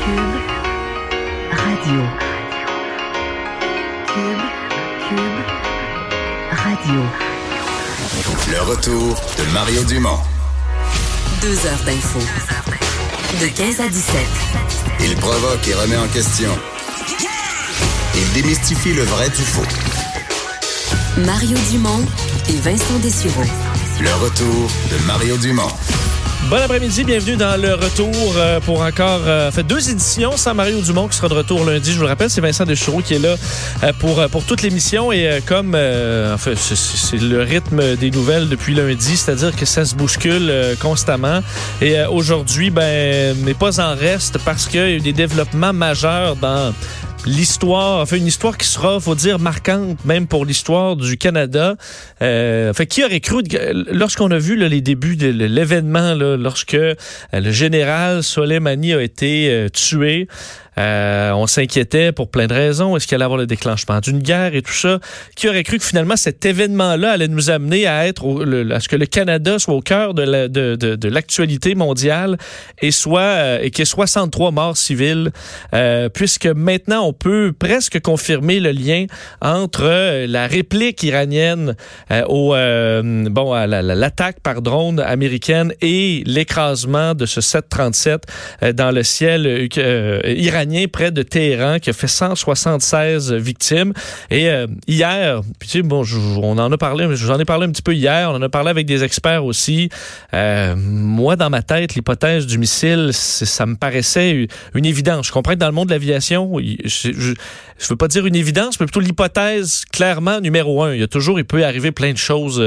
Radio. Cube Radio. Le retour de Mario Dumont. 2 heures d'info. De 15 à 17. Il provoque et remet en question. Il démystifie le vrai du faux. Mario Dumont et Vincent Dessureau. Le retour de Mario Dumont. Bon après-midi, bienvenue dans le retour pour encore 2 éditions sans Mario Dumont qui sera de retour lundi. Je vous le rappelle, c'est Vincent Dessureau qui est là pour toute l'émission et comme c'est le rythme des nouvelles depuis lundi, c'est-à-dire que ça se bouscule constamment et aujourd'hui, n'est pas en reste parce qu'il y a eu des développements majeurs dans l'histoire, une histoire qui sera, faut dire, marquante même pour l'histoire du Canada. Qui aurait cru, lorsqu'on a vu les débuts de l'événement, lorsque le général Soleimani a été tué, on s'inquiétait pour plein de raisons. Est-ce qu'il allait avoir le déclenchement d'une guerre et tout ça? Qui aurait cru que finalement cet événement-là allait nous amener à à ce que le Canada soit au cœur de l'actualité mondiale et qu'il y ait 63 morts civiles, puisque maintenant on peut presque confirmer le lien entre la réplique iranienne à l'attaque par drone américaine et l'écrasement de ce 737 dans le ciel iranien près de Téhéran qui a fait 176 victimes. Et hier, on en a parlé, je vous en ai parlé un petit peu hier, on en a parlé avec des experts aussi. Moi, dans ma tête, l'hypothèse du missile, ça me paraissait une évidence. Je comprends que dans le monde de l'aviation, je veux pas dire une évidence, mais plutôt l'hypothèse clairement numéro 1. Il peut arriver plein de choses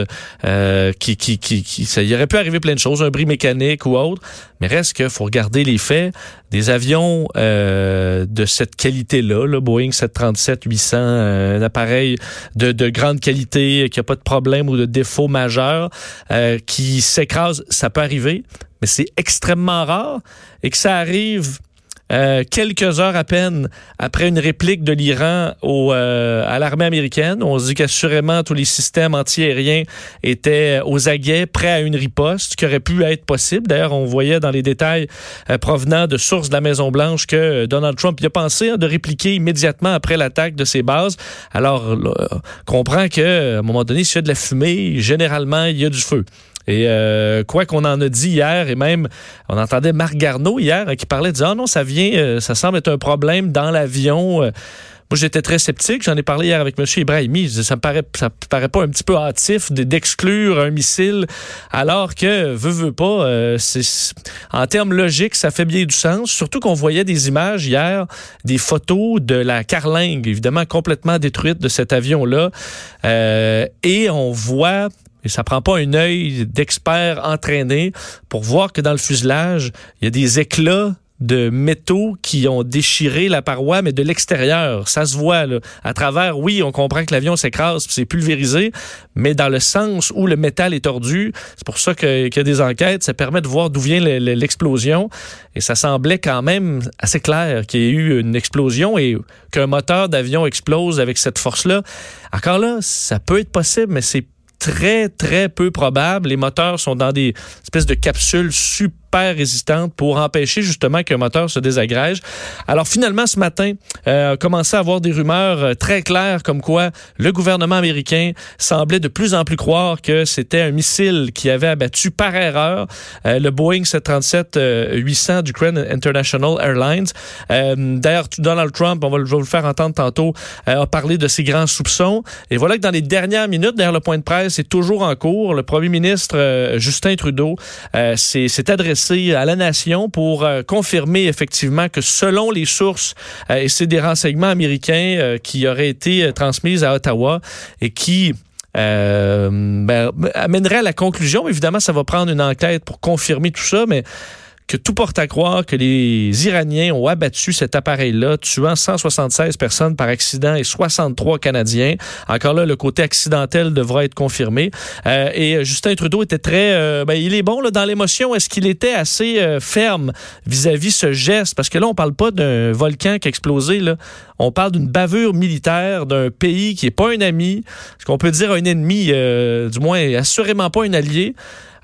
il aurait pu arriver plein de choses, un bris mécanique ou autre, mais reste qu'il faut regarder les faits. Des avions de cette qualité-là, le Boeing 737-800, un appareil de grande qualité, qui n'a pas de problème ou de défaut majeur, qui s'écrase, ça peut arriver, mais c'est extrêmement rare et que ça arrive quelques heures à peine après une réplique de l'Iran à l'armée américaine. On se dit qu'assurément tous les systèmes antiaériens étaient aux aguets, prêts à une riposte qui aurait pu être possible. D'ailleurs, on voyait dans les détails provenant de sources de la Maison-Blanche que Donald Trump y a pensé de répliquer immédiatement après l'attaque de ses bases. Alors, on comprend qu'à un moment donné, s'il y a de la fumée, généralement, il y a du feu. Et quoi qu'on en a dit hier, et même on entendait Marc Garneau hier qui parlait, disant non, ça semble être un problème dans l'avion. Moi, j'étais très sceptique. J'en ai parlé hier avec M. Ibrahimi. Ça me paraît pas un petit peu hâtif d'exclure un missile, alors que, veut pas, en termes logiques, ça fait bien du sens. Surtout qu'on voyait des images hier, des photos de la carlingue, évidemment complètement détruite de cet avion-là. Et on voit... Et ça prend pas un œil d'expert entraîné pour voir que dans le fuselage, il y a des éclats de métaux qui ont déchiré la paroi, mais de l'extérieur. Ça se voit, là. À travers, oui, on comprend que l'avion s'écrase, puis c'est pulvérisé, mais dans le sens où le métal est tordu, c'est pour ça qu'il y a des enquêtes, ça permet de voir d'où vient l'explosion. Et ça semblait quand même assez clair qu'il y ait eu une explosion et qu'un moteur d'avion explose avec cette force-là. Encore là, ça peut être possible, mais c'est très, très peu probable. Les moteurs sont dans des espèces de capsules super résistantes pour empêcher justement qu'un moteur se désagrège. Alors finalement, ce matin, a commencé à avoir des rumeurs très claires comme quoi le gouvernement américain semblait de plus en plus croire que c'était un missile qui avait abattu par erreur le Boeing 737-800 d'Ukraine International Airlines. D'ailleurs, Donald Trump, je vais vous le faire entendre tantôt, a parlé de ses grands soupçons. Et voilà que dans les dernières minutes, d'ailleurs, le point de presse est toujours en cours. Le premier ministre Justin Trudeau s'est adressé à la nation pour confirmer effectivement que selon les sources, et c'est des renseignements américains qui auraient été transmises à Ottawa et qui amèneraient à la conclusion, évidemment ça va prendre une enquête pour confirmer tout ça, mais que tout porte à croire que les Iraniens ont abattu cet appareil-là, tuant 176 personnes par accident et 63 Canadiens. Encore là, le côté accidentel devra être confirmé. Et Justin Trudeau était très... il est bon là, dans l'émotion. Est-ce qu'il était assez ferme vis-à-vis ce geste? Parce que là, on parle pas d'un volcan qui a explosé. Là. On parle d'une bavure militaire d'un pays qui n'est pas un ami, ce qu'on peut dire un ennemi, du moins assurément pas un allié.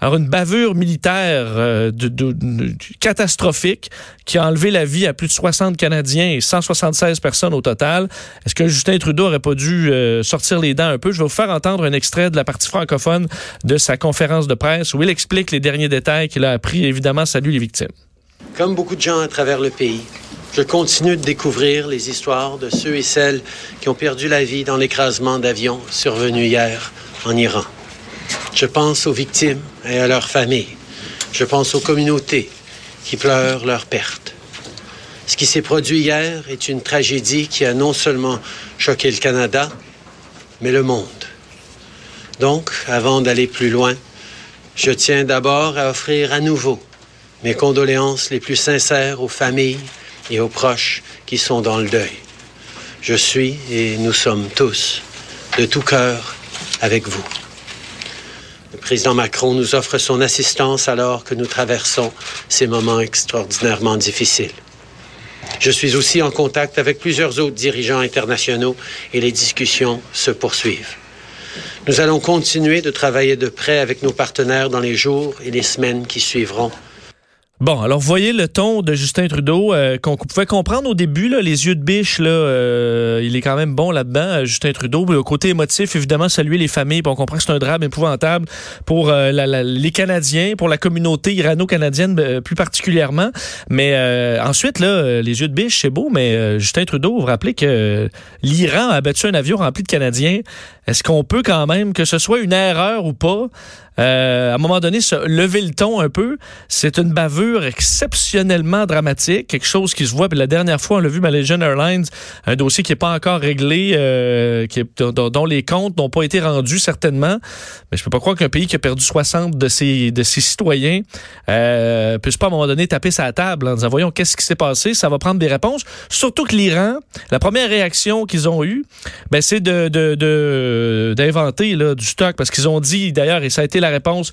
Alors, une bavure militaire catastrophique qui a enlevé la vie à plus de 60 Canadiens et 176 personnes au total. Est-ce que Justin Trudeau aurait pas dû sortir les dents un peu? Je vais vous faire entendre un extrait de la partie francophone de sa conférence de presse où il explique les derniers détails qu'il a appris et évidemment salue les victimes. Comme beaucoup de gens à travers le pays, je continue de découvrir les histoires de ceux et celles qui ont perdu la vie dans l'écrasement d'avions survenu hier en Iran. Je pense aux victimes et à leurs familles. Je pense aux communautés qui pleurent leurs pertes. Ce qui s'est produit hier est une tragédie qui a non seulement choqué le Canada, mais le monde. Donc, avant d'aller plus loin, je tiens d'abord à offrir à nouveau mes condoléances les plus sincères aux familles et aux proches qui sont dans le deuil. Je suis, et nous sommes tous, de tout cœur avec vous. Le président Macron nous offre son assistance alors que nous traversons ces moments extraordinairement difficiles. Je suis aussi en contact avec plusieurs autres dirigeants internationaux et les discussions se poursuivent. Nous allons continuer de travailler de près avec nos partenaires dans les jours et les semaines qui suivront. Bon, alors voyez le ton de Justin Trudeau qu'on pouvait comprendre au début, là, les yeux de biche, là, il est quand même bon là-dedans, Justin Trudeau. Le côté émotif, évidemment, saluer les familles, puis on comprend que c'est un drame épouvantable pour les Canadiens, pour la communauté irano-canadienne plus particulièrement. Mais ensuite, là, les yeux de biche, c'est beau, mais Justin Trudeau, vous rappelez que l'Iran a abattu un avion rempli de Canadiens. Est-ce qu'on peut quand même, que ce soit une erreur ou pas, à un moment donné, lever le ton un peu? C'est une bavure exceptionnellement dramatique, quelque chose qui se voit. Puis la dernière fois, on l'a vu, Malaysian Airlines, un dossier qui n'est pas encore réglé, dont les comptes n'ont pas été rendus certainement. Mais je peux pas croire qu'un pays qui a perdu 60 de ses citoyens puisse pas à un moment donné taper sa table en disant voyons qu'est-ce qui s'est passé, ça va prendre des réponses. Surtout que l'Iran, la première réaction qu'ils ont eue, ben c'est d'inventer là, du stock, parce qu'ils ont dit d'ailleurs, et ça a été la réponse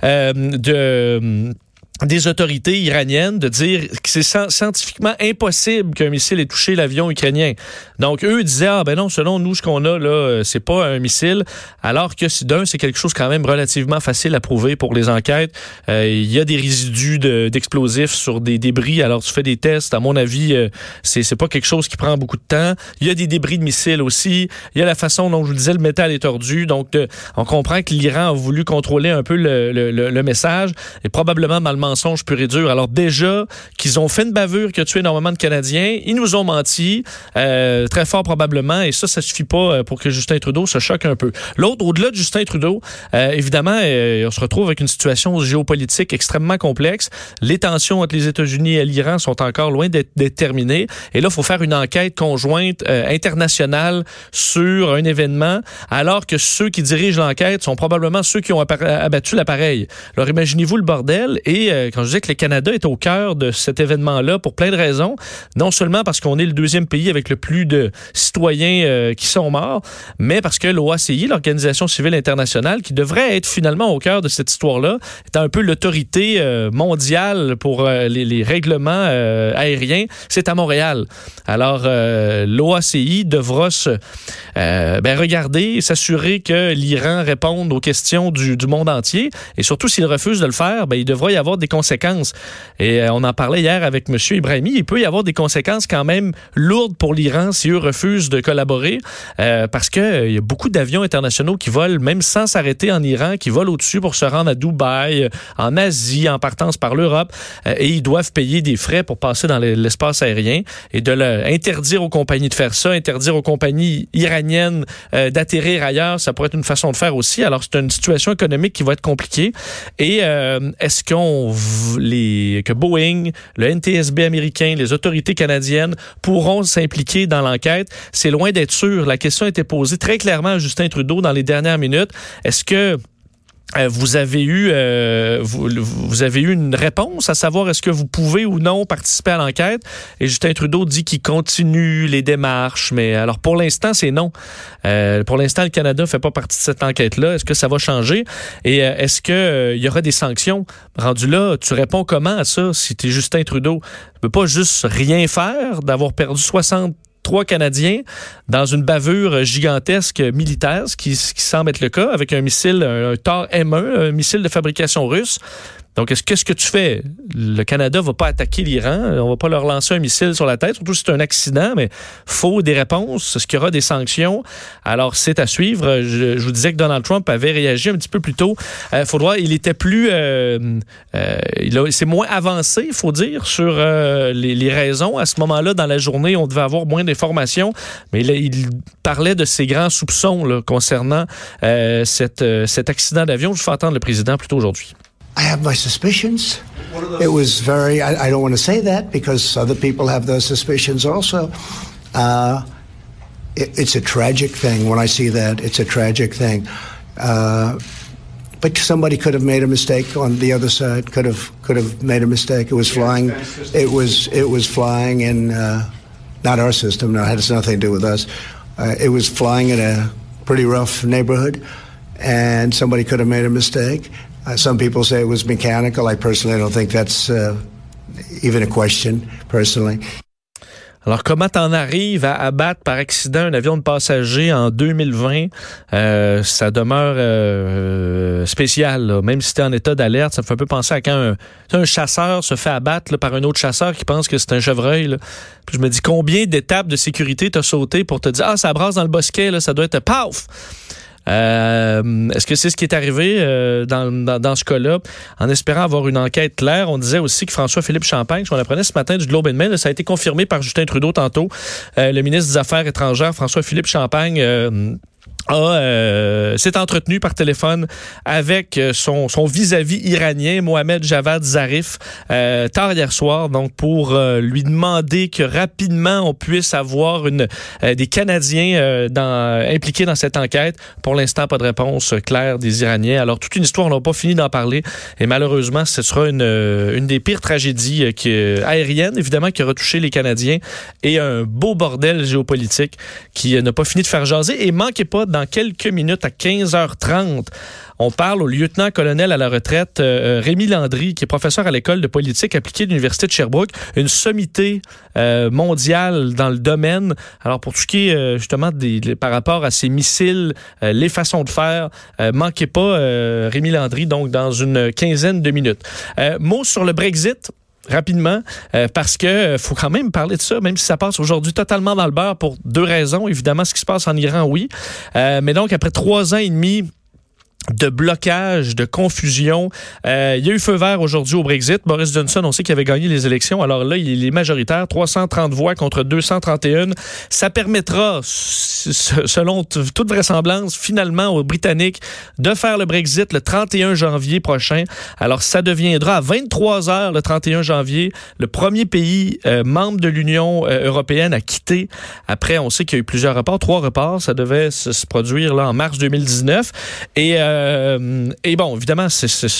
des autorités iraniennes de dire que c'est scientifiquement impossible qu'un missile ait touché l'avion ukrainien. Donc, eux disaient, ben non, selon nous, ce qu'on a là, c'est pas un missile, alors que c'est quelque chose quand même relativement facile à prouver pour les enquêtes. Il y a des résidus d'explosifs sur des débris, alors tu fais des tests, à mon avis, c'est pas quelque chose qui prend beaucoup de temps. Il y a des débris de missiles aussi, il y a la façon dont, je vous le disais, le métal est tordu, donc on comprend que l'Iran a voulu contrôler un peu le message, et probablement dans le mensonge pur et dur. Alors déjà qu'ils ont fait une bavure qui a tué énormément de Canadiens, ils nous ont menti, très fort probablement, et ça suffit pas pour que Justin Trudeau se choque un peu. L'autre, au-delà de Justin Trudeau, évidemment, on se retrouve avec une situation géopolitique extrêmement complexe. Les tensions entre les États-Unis et l'Iran sont encore loin d'être terminées, et là, il faut faire une enquête conjointe internationale sur un événement, alors que ceux qui dirigent l'enquête sont probablement ceux qui ont abattu l'appareil. Alors imaginez-vous le bordel, et quand je disais que le Canada est au cœur de cet événement-là pour plein de raisons, non seulement parce qu'on est le deuxième pays avec le plus de citoyens qui sont morts, mais parce que l'OACI, l'Organisation civile internationale, qui devrait être finalement au cœur de cette histoire-là, est un peu l'autorité mondiale pour les règlements aériens, c'est à Montréal. Alors, l'OACI devra regarder et s'assurer que l'Iran réponde aux questions du monde entier, et surtout s'il refuse de le faire, il devra y avoir des conséquences. Et on en parlait hier avec M. Ibrahimi. Il peut y avoir des conséquences quand même lourdes pour l'Iran si eux refusent de collaborer, parce qu'il y a beaucoup d'avions internationaux qui volent, même sans s'arrêter en Iran, qui volent au-dessus pour se rendre à Dubaï, en Asie, en partance par l'Europe, et ils doivent payer des frais pour passer dans l'espace aérien, et de interdire aux compagnies de faire ça, interdire aux compagnies iraniennes d'atterrir ailleurs, ça pourrait être une façon de faire aussi. Alors, c'est une situation économique qui va être compliquée. Et est-ce que Boeing, le NTSB américain, les autorités canadiennes pourront s'impliquer dans l'enquête? C'est loin d'être sûr. La question a été posée très clairement à Justin Trudeau dans les dernières minutes. Est-ce que vous avez eu une réponse à savoir est-ce que vous pouvez ou non participer à l'enquête? Et Justin Trudeau dit qu'il continue les démarches, mais alors pour l'instant, c'est non. Pour l'instant, le Canada ne fait pas partie de cette enquête-là. Est-ce que ça va changer? Et est-ce que il y aura des sanctions? Rendu là, tu réponds comment à ça si tu es Justin Trudeau? Tu peux pas juste rien faire d'avoir perdu 63 3 Canadiens dans une bavure gigantesque militaire, ce qui semble être le cas, avec un missile, un Tor M1, un missile de fabrication russe. Donc, qu'est-ce que tu fais? Le Canada va pas attaquer l'Iran. On va pas leur lancer un missile sur la tête, surtout si c'est un accident, mais faut des réponses. Est-ce qu'il y aura des sanctions? Alors, c'est à suivre. Je vous disais que Donald Trump avait réagi un petit peu plus tôt. Faut voir, il était plus... c'est moins avancé, il faut dire, sur les raisons. À ce moment-là, dans la journée, on devait avoir moins d'informations, mais là, il parlait de ses grands soupçons là, concernant cet accident d'avion. Je vous fais entendre le président plus tôt aujourd'hui. I have my suspicions. It was very, I don't want to say that because other people have those suspicions also. It's a tragic thing when I see that. It's a tragic thing. But somebody could have made a mistake on the other side, could have made a mistake. It was flying, it was flying in, not our system, no, it has nothing to do with us. It was flying in a pretty rough neighborhood and somebody could have made a mistake. Some people say it was mechanical. I personally don't think that's even a question, personally. Alors, comment t'en arrives à abattre par accident un avion de passagers en 2020? Ça demeure spécial, là. Même si t'es en état d'alerte, ça me fait un peu penser à quand un chasseur se fait abattre là, par un autre chasseur qui pense que c'est un chevreuil. Là. Puis je me dis, combien d'étapes de sécurité t'as sauté pour te dire « Ah, ça brasse dans le bosquet, là, ça doit être paf! » Est-ce que c'est ce qui est arrivé dans ce cas-là? En espérant avoir une enquête claire, on disait aussi que François-Philippe Champagne, ce qu'on apprenait ce matin du Globe and Mail, ça a été confirmé par Justin Trudeau tantôt, le ministre des Affaires étrangères, François-Philippe Champagne, s'est entretenu par téléphone avec son vis-à-vis iranien, Mohamed Javad Zarif, tard hier soir, donc pour lui demander que rapidement on puisse avoir des Canadiens impliqués dans cette enquête. Pour l'instant, pas de réponse claire des Iraniens. Alors, toute une histoire, on n'a pas fini d'en parler. Et malheureusement, ce sera une des pires tragédies aériennes, évidemment, qui aura touché les Canadiens. Et un beau bordel géopolitique qui n'a pas fini de faire jaser. Et manquez pas, dans quelques minutes, à 15h30, on parle au lieutenant-colonel à la retraite, Rémi Landry, qui est professeur à l'école de politique appliquée de l'Université de Sherbrooke, une sommité mondiale dans le domaine. Alors, pour tout ce qui est justement par rapport à ces missiles, les façons de faire, manquez pas Rémi Landry, donc dans une quinzaine de minutes. Mot sur le Brexit. Rapidement, parce que faut quand même parler de ça, même si ça passe aujourd'hui totalement dans le beurre pour 2 raisons. Évidemment, ce qui se passe en Iran, oui. Mais donc, après 3 ans et demi de blocage, de confusion. Il y a eu feu vert aujourd'hui au Brexit. Boris Johnson, on sait qu'il avait gagné les élections. Alors là, il est majoritaire. 330 voix contre 231. Ça permettra, selon toute vraisemblance, finalement aux Britanniques de faire le Brexit le 31 janvier prochain. Alors, ça deviendra à 23h le 31 janvier le premier pays membre de l'Union européenne à quitter. Après, on sait qu'il y a eu plusieurs reports, 3 reports. Ça devait se produire là en mars 2019. Et bon, évidemment,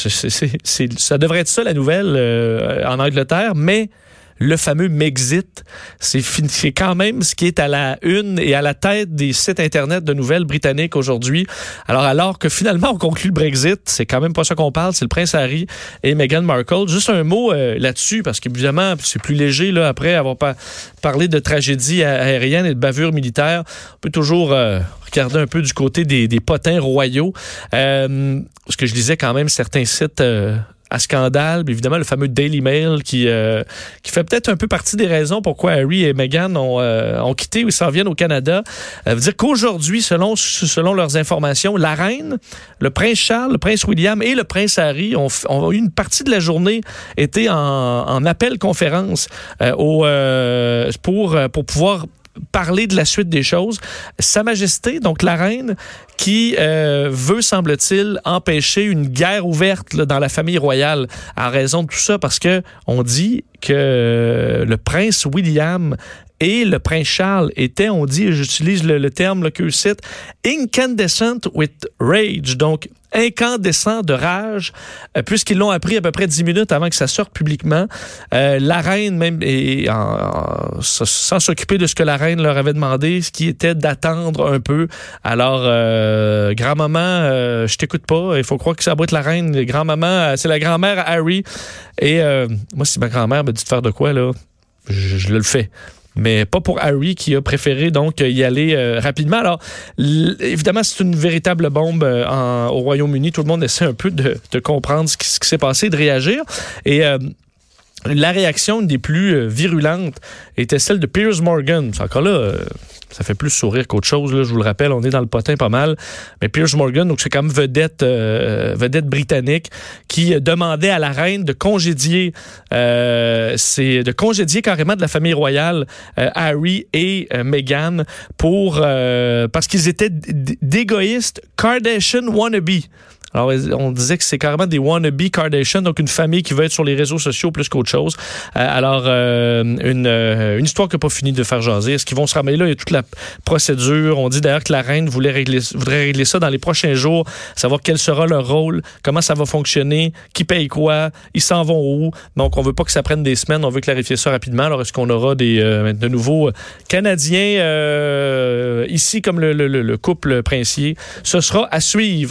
ça devrait être ça la nouvelle en Angleterre, mais le fameux Mexit, c'est quand même ce qui est à la une et à la tête des sites Internet de nouvelles britanniques aujourd'hui. Alors que finalement, on conclut le Brexit, c'est quand même pas ça qu'on parle, c'est le prince Harry et Meghan Markle. Juste un mot là-dessus, parce qu'évidemment, c'est plus léger, là, après avoir parlé de tragédie aérienne et de bavure militaire. On peut toujours regarder un peu du côté des potins royaux. Parce que je lisais quand même certains sites à scandale, évidemment le fameux Daily Mail qui fait peut-être un peu partie des raisons pourquoi Harry et Meghan ont quitté ou s'en viennent au Canada. Veut dire qu'aujourd'hui, selon leurs informations, la reine, le prince Charles, le prince William et le prince Harry ont eu une partie de la journée été en appel conférence pour pouvoir parler de la suite des choses. Sa Majesté, donc la reine, qui veut, semble-t-il, empêcher une guerre ouverte là, dans la famille royale en raison de tout ça, parce que on dit que le prince William et le prince Charles étaient, on dit, j'utilise le terme là, qu'eux citent, incandescent with rage, donc incandescent de rage, puisqu'ils l'ont appris à peu près 10 minutes avant que ça sorte publiquement. La reine, même, sans s'occuper de ce que la reine leur avait demandé, ce qui était d'attendre un peu. Alors, grand-maman, je t'écoute pas, il faut croire que ça doit être la reine. Grand-maman, c'est la grand-mère à Harry. Et moi, si ma grand-mère me dit de faire de quoi, là, je le fais. mais pas pour Harry qui a préféré donc y aller rapidement. Alors, évidemment, c'est une véritable bombe au Royaume-Uni. Tout le monde essaie un peu de comprendre ce qui s'est passé, de réagir. Et la réaction une des plus virulentes était celle de Piers Morgan. C'est encore là, ça fait plus sourire qu'autre chose. Là, je vous le rappelle, on est dans le potin pas mal. Mais Piers Morgan, donc c'est quand même vedette britannique, qui demandait à la reine de congédier carrément de la famille royale Harry et Meghan parce qu'ils étaient d'égoïstes Kardashian wannabe. Alors, on disait que c'est carrément des wannabe Kardashian, donc une famille qui veut être sur les réseaux sociaux plus qu'autre chose. Une histoire qui n'a pas fini de faire jaser. Est-ce qu'ils vont se ramener là? Il y a toute la procédure. On dit d'ailleurs que la reine voudrait régler ça dans les prochains jours, savoir quel sera leur rôle, comment ça va fonctionner, qui paye quoi, ils s'en vont où. Donc, on veut pas que ça prenne des semaines, on veut clarifier ça rapidement. Alors, est-ce qu'on aura de nouveaux Canadiens ici comme le couple princier? Ce sera à suivre.